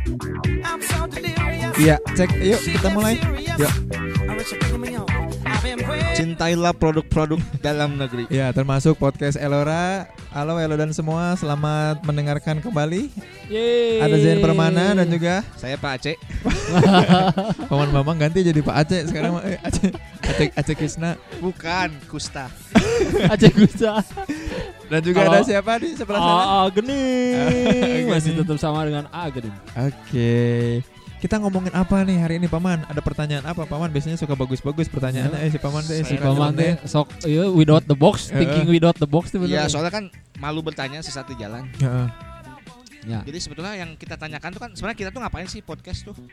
Iya, cek. Yuk kita mulai. Yuk. Cintailah produk-produk dalam negeri. Ya, termasuk podcast Elora. Halo Elo dan semua, selamat mendengarkan kembali. Yeay. Ada Zain Permana dan juga Saya Pak Aceh. Paman Bambang ganti jadi Pak Aceh sekarang. Aceh Krisna. Bukan Kusta. Aceh Gusta. Dan juga ada siapa di sebelah sana? Gening. Masih Gening. tetap sama dengan Gening. Oke. Kita ngomongin apa nih hari ini Paman? Ada pertanyaan apa Paman? Biasanya suka bagus-bagus pertanyaannya. Si Paman deh. Si Paman teh sok without the box, thinking without the box tuh Iya, bener. soalnya kan malu bertanya sesat di jalan. Heeh. Ya. Jadi sebetulnya yang kita tanyakan tuh kan sebenarnya kita tuh ngapain sih podcast tuh?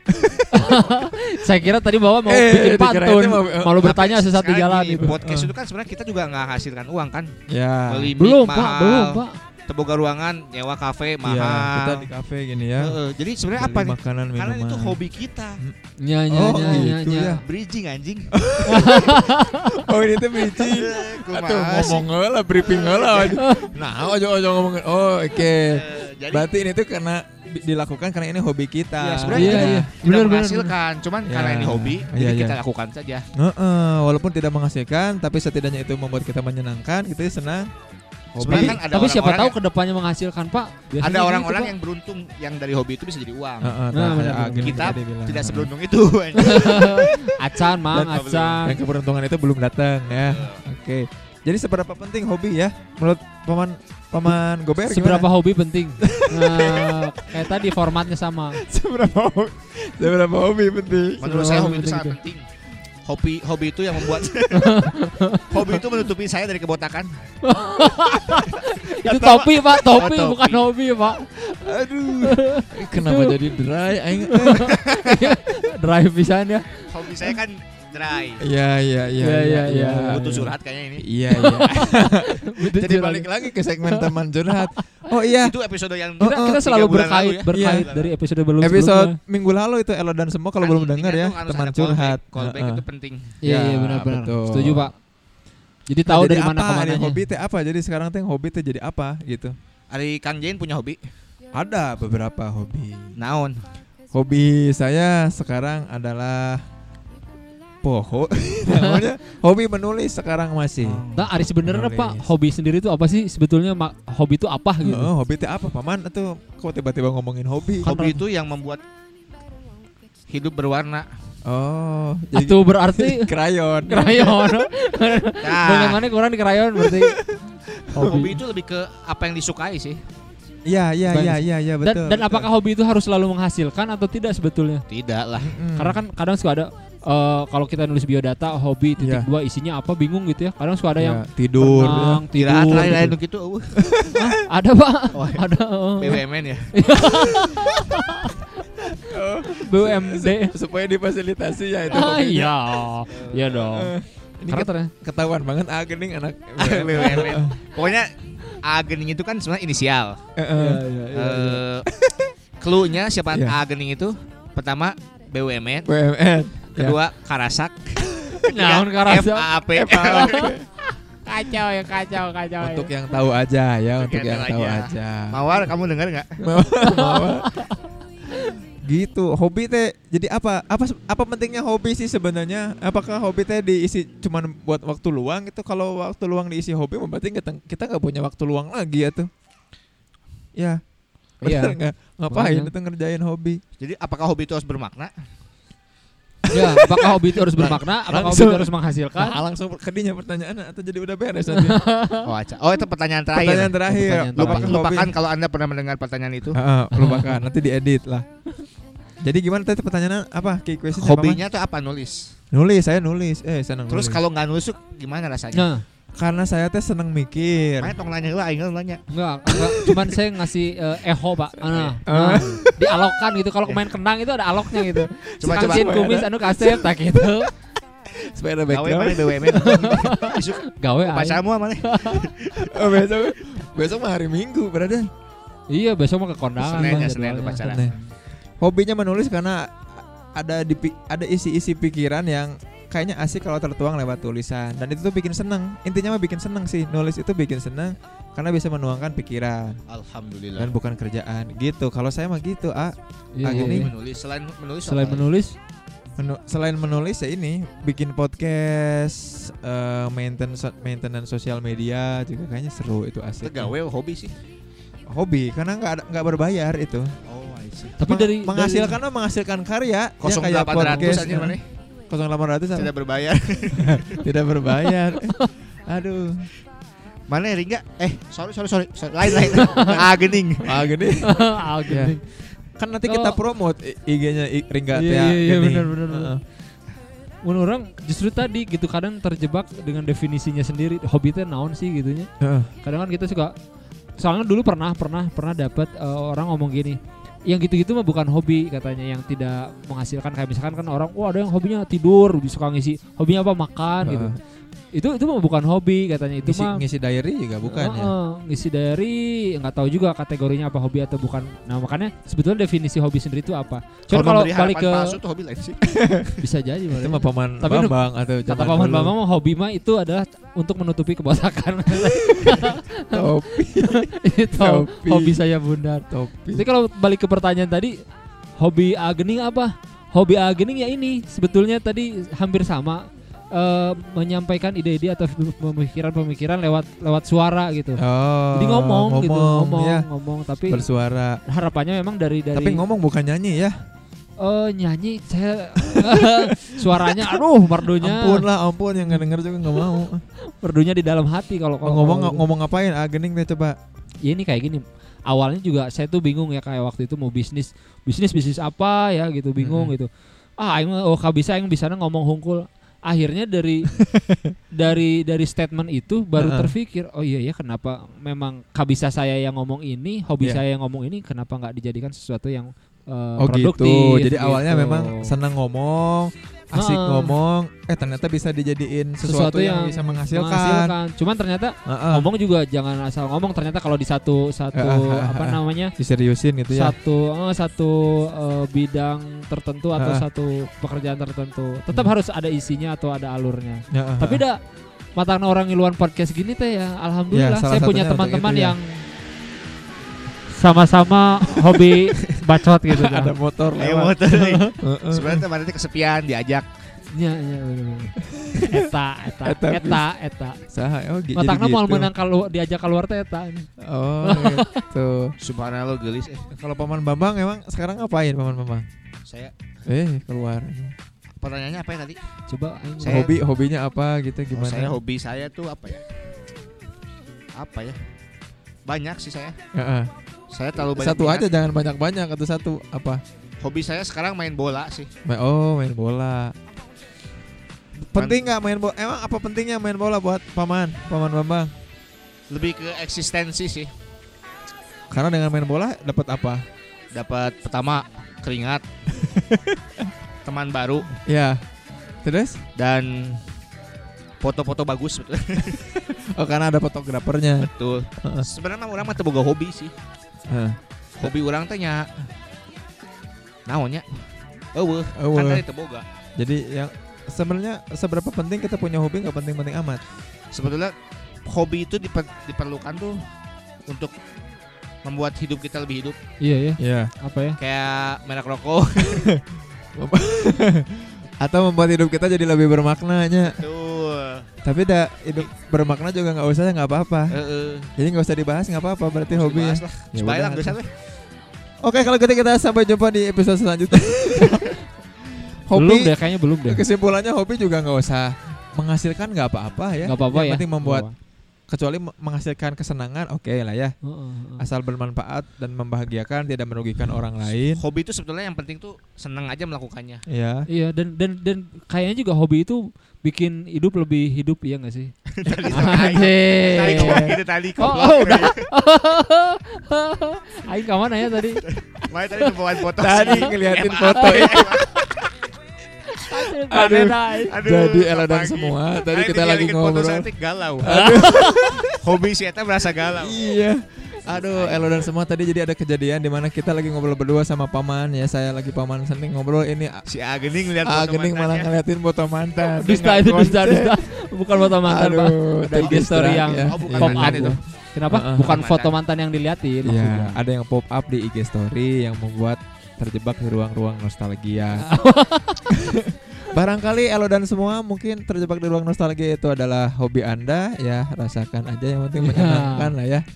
Saya kira tadi Bapak mau bikin dikirain pantun, dia mau- malu bertanya sesat di Sekarang jalan gini, gitu. podcast itu kan sebenarnya kita juga nggak hasilkan uang kan? Ya. Beli mic Belum, Pak, mahal, belum, Pak. teboga ruangan, nyewa kafe Iya, mahal. kita di kafe gini ya. Jadi sebenarnya Beli apa nih? makanan, Karena minuman. itu hobi kita. Nya Oh, gitu ya. Bridging anjing. Oh ini tuh bridging. Atuh ngomong lah, briefing lah. Nah, ojo ngomongin. Oh, oke. Jadi Berarti ini tuh karena dilakukan karena ini hobi kita. ya sebenarnya Iya, kita iya. tidak Benar, benar, menghasilkan, cuman Ya. karena ini hobi, Iya, jadi iya. kita lakukan saja. Walaupun tidak menghasilkan, tapi setidaknya itu membuat kita menyenangkan, kita senang. Sebenarnya kan ada Tapi siapa orang-orang tahu kedepannya menghasilkan, Pak. Biasanya ada gitu, orang-orang Pak. yang beruntung yang dari hobi itu bisa jadi uang. Nah, benar. Kita tidak seberuntung itu. Acan, Mang, Dan- Acan. Dan keberuntungan itu belum datang ya. Oke. Jadi seberapa penting hobi ya menurut Paman Gober? Seberapa gimana? hobi penting? Nah, kayak tadi formatnya sama. seberapa hobi penting? Menurut saya hobi itu sangat penting. Hobi itu yang membuat hobi itu menutupi saya dari kebotakan. Itu topi, Pak, topi, Oh, topi. bukan hobi, Pak. Aduh. Kenapa jadi dry? Aing. Drive pisan ya. Hobi saya kan dry. Iya. Iya. Butuh curhat kayaknya ini. Iya. Jadi balik lagi ke segmen teman curhat. Oh iya. Itu episode yang Kita selalu 3 bulan lalu ya. berkait Iya. dari episode belum Episode minggu lalu itu Elo dan semua kalau Kan belum dengar intinya ya tuh harus teman ada curhat. Callback Heeh. itu penting. Iya, Ya, benar-benar. betul. Setuju, Pak. Jadi tahu Jadi dari mana apa? ke Ada mananya. hobi teh apa? Jadi sekarang teh hobi teh jadi apa gitu? Ari Kang Jain punya hobi? Ada beberapa hobi. Naon? Hobi saya sekarang adalah namanya hobi menulis sekarang masih. Nah, Ari sebenarnya Menulis. Pak, hobi sendiri itu apa sih? Sebetulnya hobi itu apa gitu? Hobi teh apa Paman? Atau kok tiba-tiba ngomongin hobi? Hobi itu yang membuat hidup berwarna. Oh, jadi Itu berarti krayon. krayon. Nah, Bagaimana kurang di krayon berarti hobi itu lebih ke apa yang disukai sih. Iya betul. Dan apakah hobi itu harus selalu menghasilkan atau tidak sebetulnya? Tidak lah. Karena kan kadang suka ada kalau kita nulis biodata hobi Iya. 2 isinya apa bingung gitu ya. Kadang suka ada yang tidur. renang, Tidak tidur. lain gitu. gitu. Hah? Ada, Pak. Oh, iya. Ada. BUMN ya. BUMD. Supaya difasilitasi ya itu. Ah, hobinya. iya. Iya dong. Ini Karena ternyata ketahuan banget Gening anak BUMN. Pokoknya Agening itu kan sebenarnya inisial. Clue-nya siapa Iya. Agening itu? Pertama BUMN, BUMN. kedua Karasak, Naon Karasak? FAAP. Kacau ya, kacau. Untuk yang tahu aja ya, Untuk untuk yang yang tahu tahu aja. Mawar, kamu dengar nggak? Gitu, hobi teh jadi apa? Apa pentingnya hobi sih sebenarnya? Apakah hobi teh diisi cuman buat waktu luang gitu? Kalau waktu luang diisi hobi, berarti kita nggak punya waktu luang lagi ya tuh. Ya, benar nggak? Ngapain Makanya. itu ngerjain hobi? Jadi apakah hobi itu harus bermakna? Ya, apakah hobi itu harus bermakna? Apakah hobi itu harus menghasilkan? Nah, langsung kedinya pertanyaan atau jadi udah beres nanti? Oh, itu pertanyaan terakhir. Pertanyaan terakhir. Pertanyaan terakhir. Lupakan kalau Anda pernah mendengar pertanyaan itu. Lupakan, nanti diedit lah. Jadi gimana tadi pertanyaannya apa? Key question Hobinya tuh apa? Nulis. Nulis, saya nulis. Senang Terus nulis. kalau nggak nulis tuh gimana rasanya? Nah, Karena saya teh seneng mikir. Makanya tong nanya lah, aing nanya. enggak, cuman saya ngasih eho, Pak. Dialokkan gitu. Kalau main kendang itu ada aloknya gitu. Coba. Kangsin kumis anu kasep tak gitu. Supaya ada Gawe mana background. BUMN? Isuk Gawe aing. pacarmu mana? Oh, besok mah hari Minggu, berarti. Iya, besok mau ke kondangan. Senin ya, Bang, Senin tuh jadwalnya. pacaran. Hobinya menulis karena ada isi-isi pikiran yang kayaknya asik kalau tertuang lewat tulisan dan itu tuh bikin seneng. Intinya mah bikin seneng sih. Nulis itu bikin seneng karena bisa menuangkan pikiran Alhamdulillah. dan bukan kerjaan gitu. Kalau saya mah gitu, Iya, gini. iya. Menulis selain menulis Selain apa lagi? menulis, Selain menulis ya ini bikin podcast, maintenance sosial media juga kayaknya seru, itu asik. Tegawe hobi sih. Hobi karena nggak berbayar itu. Oh, I see. tapi dari menghasilkan karya ya, kayak 0800 podcast aja mana? 0800 apa? Tidak berbayar. Tidak berbayar. Aduh. Mana Ringga? Sorry. Lain. Gening. Gini. gini. Kan nanti Kalau- kita promote IG-nya Ringga Tia. Iya, Gini. benar. Heeh. Menurut orang justru tadi gitu kadang terjebak dengan definisinya sendiri. Hobi teh naon sih gitunya. Heeh. Kadang kan kita suka, soalnya dulu pernah dapat orang ngomong gini, yang gitu-gitu mah bukan hobi katanya, yang tidak menghasilkan. Kayak misalkan kan orang, wah ada yang hobinya tidur, suka ngisi, hobinya apa makan gitu. Itu mah bukan hobi katanya, itu mah ngisi diary juga bukan ya. ngisi diary, nggak tahu juga kategorinya apa hobi atau bukan. Nah makanya sebetulnya definisi hobi sendiri itu apa. Cuman kalau memberi balik harapan ke palsu tuh hobi lain sih. bisa jadi Itu malah. mah Paman Tapi Bambang atau Kata zaman Paman dulu. Bambang mah hobi mah itu adalah untuk menutupi kebosakan. Topi. Itu Topi. hobi saya bundar. Topi. Jadi kalau balik ke pertanyaan tadi, hobi Agening apa? Hobi Agening ya ini sebetulnya tadi hampir sama, menyampaikan ide-ide atau pemikiran-pemikiran lewat suara gitu. Oh. Jadi ngomong gitu, ya. ngomong tapi Bersuara. harapannya memang dari Tapi ngomong bukan nyanyi ya. nyanyi saya suaranya aduh merdunya. Ampun yang nggak denger juga nggak mau. Merdunya di dalam hati kalau Ngomong ngapain? Gening deh coba. Ya ini kayak gini. Awalnya juga saya tuh bingung ya, kayak waktu itu mau bisnis apa ya gitu, bingung gitu. Aing bisa ngomong hungkul. Akhirnya dari statement itu baru terpikir, oh iya ya kenapa memang kabisa saya yang ngomong ini, hobi saya yang ngomong ini, kenapa nggak dijadikan sesuatu yang produktif. Gitu. Jadi gitu. awalnya memang senang ngomong, asik ngomong, ternyata bisa dijadiin sesuatu yang bisa menghasilkan. Cuman ternyata ngomong juga jangan asal ngomong. Ternyata kalau di satu apa namanya, diseriusin gitu ya. Satu bidang tertentu atau satu pekerjaan tertentu, tetap harus ada isinya atau ada alurnya. Tapi matang orang ngiluan podcast gini teh ya, alhamdulillah saya punya teman-teman yang sama-sama hobi bacot gitu. Ada motor Ayo lewat. motor. Sebenarnya teman itu kesepian diajak. Iya bener. Eta. Saha, jadi Matangna gitu. mau menang kalau diajak keluar teh eta. Oh, gitu. Subhanallah gelis. Kalau Paman Bambang emang sekarang ngapain Paman Bambang? Saya Keluar. pertanyaannya apa ya tadi? Coba Saya- Hobinya apa gitu gimana? Hobi saya tuh apa ya? Banyak sih saya. Saya terlalu banyak. Satu minat. aja, jangan banyak-banyak, atau satu apa? Hobi saya sekarang main bola sih. Main bola. Penting nggak main bola? Emang apa pentingnya main bola buat Paman Bambang? Lebih ke eksistensi sih. Karena dengan main bola dapat apa? Dapat pertama keringat, teman baru, Ya. Terus? dan foto-foto bagus betul. Oh, karena ada fotografernya. Betul. Sebenarnya orang mah teu boga hobi sih. Hobi orang teh nya naonnya? Eueuh, kan tadi teu boga. Jadi yang sebenarnya seberapa penting kita punya hobi nggak penting-penting amat. Sebetulnya hobi itu diperlukan tuh untuk membuat hidup kita lebih hidup. Iya ya. Iya. Apa ya? Kayak merek rokok. Atau membuat hidup kita jadi lebih bermaknanya. Tuh. Tapi hidup bermakna juga nggak usah, nggak apa-apa. Jadi nggak usah dibahas, nggak apa-apa. Berarti hobi ya. Ya Supaya udah, lah bisa. Oke, kalau gitu kita sampai jumpa di episode selanjutnya. Belum deh, kayaknya belum deh. Kesimpulannya hobi juga nggak usah menghasilkan, nggak apa-apa ya. Nggak apa-apa Yang ya. penting membuat, kecuali menghasilkan kesenangan, oke lah ya. Asal bermanfaat dan membahagiakan, tidak merugikan orang lain. Hobi itu sebetulnya yang penting tuh senang aja melakukannya. Iya. Iya, dan kayaknya juga hobi itu bikin hidup lebih hidup, iya nggak sih? Tadi ngomong gitu tadi. Udah. Aing kemana ya tadi? Mana tadi bawain foto. Tadi ngeliatin foto itu. Jadi eledan semua. Tadi kita lagi ngobrol. Foto galau. Hobi si eta merasa galau. Iya. Aduh, Elo dan semua tadi jadi ada kejadian di mana kita lagi ngobrol berdua sama paman ya. Saya lagi paman Sening ngobrol ini si Agening lihat foto Agening malah ngeliatin foto mantan. Dusta itu dusta. Bukan foto mantan, Pak. Aduh, Ada IG story yang ya. bukan pop mantan up itu. Kenapa? Bukan foto mantan yang diliatin. Iya, ada yang pop up di IG story yang membuat terjebak di ruang-ruang nostalgia. Barangkali Elo dan semua mungkin terjebak di ruang nostalgia itu adalah hobi Anda ya, rasakan aja yang penting menyenangkan lah ya.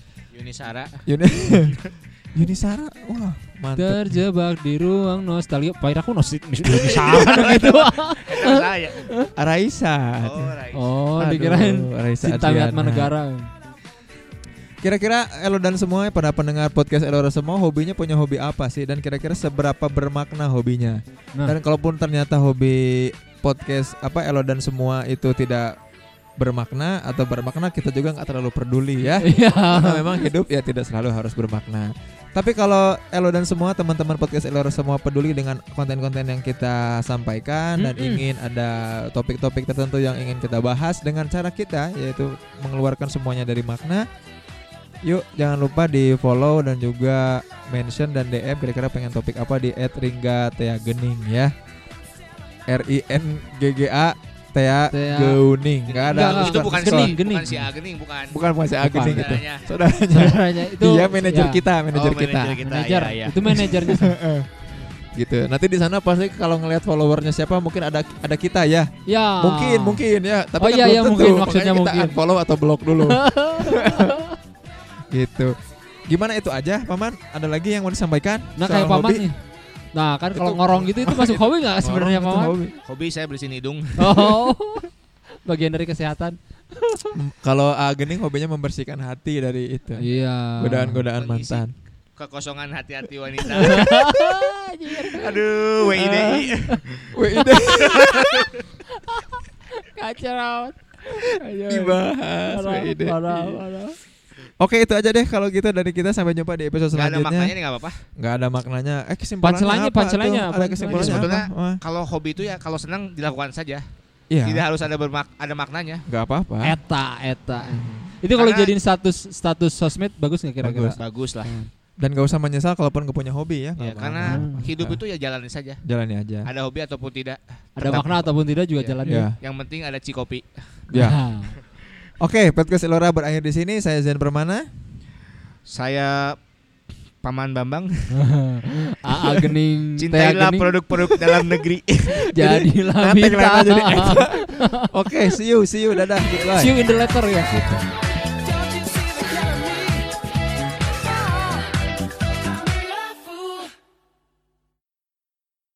Yunisara, wah mantap. Terjebak di ruang nostalgia. Pak aku Yunisara gitu. Raisa. Oh, dikirain Raisa Cinta Atma Negara. Kira-kira Elo dan semua pada pendengar podcast Elo dan semua hobinya punya hobi apa sih, dan kira-kira seberapa bermakna hobinya? Dan kalaupun ternyata hobi podcast Elo dan semua itu tidak bermakna atau bermakna, kita juga nggak terlalu peduli ya. Karena memang hidup ya tidak selalu harus bermakna. Tapi kalau Elo dan semua teman-teman podcast Elo dan semua peduli dengan konten-konten yang kita sampaikan dan ingin ada topik-topik tertentu yang ingin kita bahas dengan cara kita, yaitu mengeluarkan semuanya dari makna. Yuk jangan lupa di follow dan juga mention dan DM kira-kira pengen topik apa di @ringgateagening ya. RINGGA Geuning. Enggak ada. Itu bukan Gening. Si Agening, bukan. Bukan si Agening itu. Saudaranya itu. Dia manajer kita. Manajer. Itu manajernya. Gitu. Nanti di sana pasti kalau ngelihat followernya siapa mungkin ada kita ya. Ya. Mungkin ya. Tapi kan belum tentu. Mungkin maksudnya kita mungkin. Unfollow atau blok dulu. Gitu. Gimana itu aja, Paman? Ada lagi yang mau disampaikan? Nah, kayak Paman nih. Nah, kan kalau ngorong gitu itu masuk hobi enggak sebenarnya, Paman? Hobi saya bersihin hidung. Oh. Bagian dari kesehatan. Kalau Agening hobinya membersihkan hati dari itu. Iya. Godaan-godaan mantan. Kekosongan hati-hati wanita. Aduh, WID. Kacau. Dibahas WID. Parah. Oke, itu aja deh kalau gitu dari kita, sampai jumpa di episode selanjutnya. Gak ada maknanya nih, gak apa-apa. Gak ada maknanya. Kesimpulannya Ada kesimpulannya sebetulnya apa? Kalau hobi itu ya kalau senang dilakukan saja. Iya. Tidak harus ada maknanya. Gak apa-apa. Eta. Itu kalau jadiin status sosmed bagus nggak kira-kira? Bagus lah. Dan gak usah menyesal kalaupun gak punya hobi ya. Ya karena hidup itu ya jalani saja. Jalani aja. Ada hobi ataupun tidak. Ada makna ataupun tidak juga jalani. Ya. Yang penting ada cikopi. Ya. Oke, podcast Elora berakhir di sini. Saya Zen Permana. Saya Paman Bambang. Agening. Cintailah produk-produk dalam negeri. Jadilah mitra. Oke, see you, dadah, goodbye. See you in the letter ya.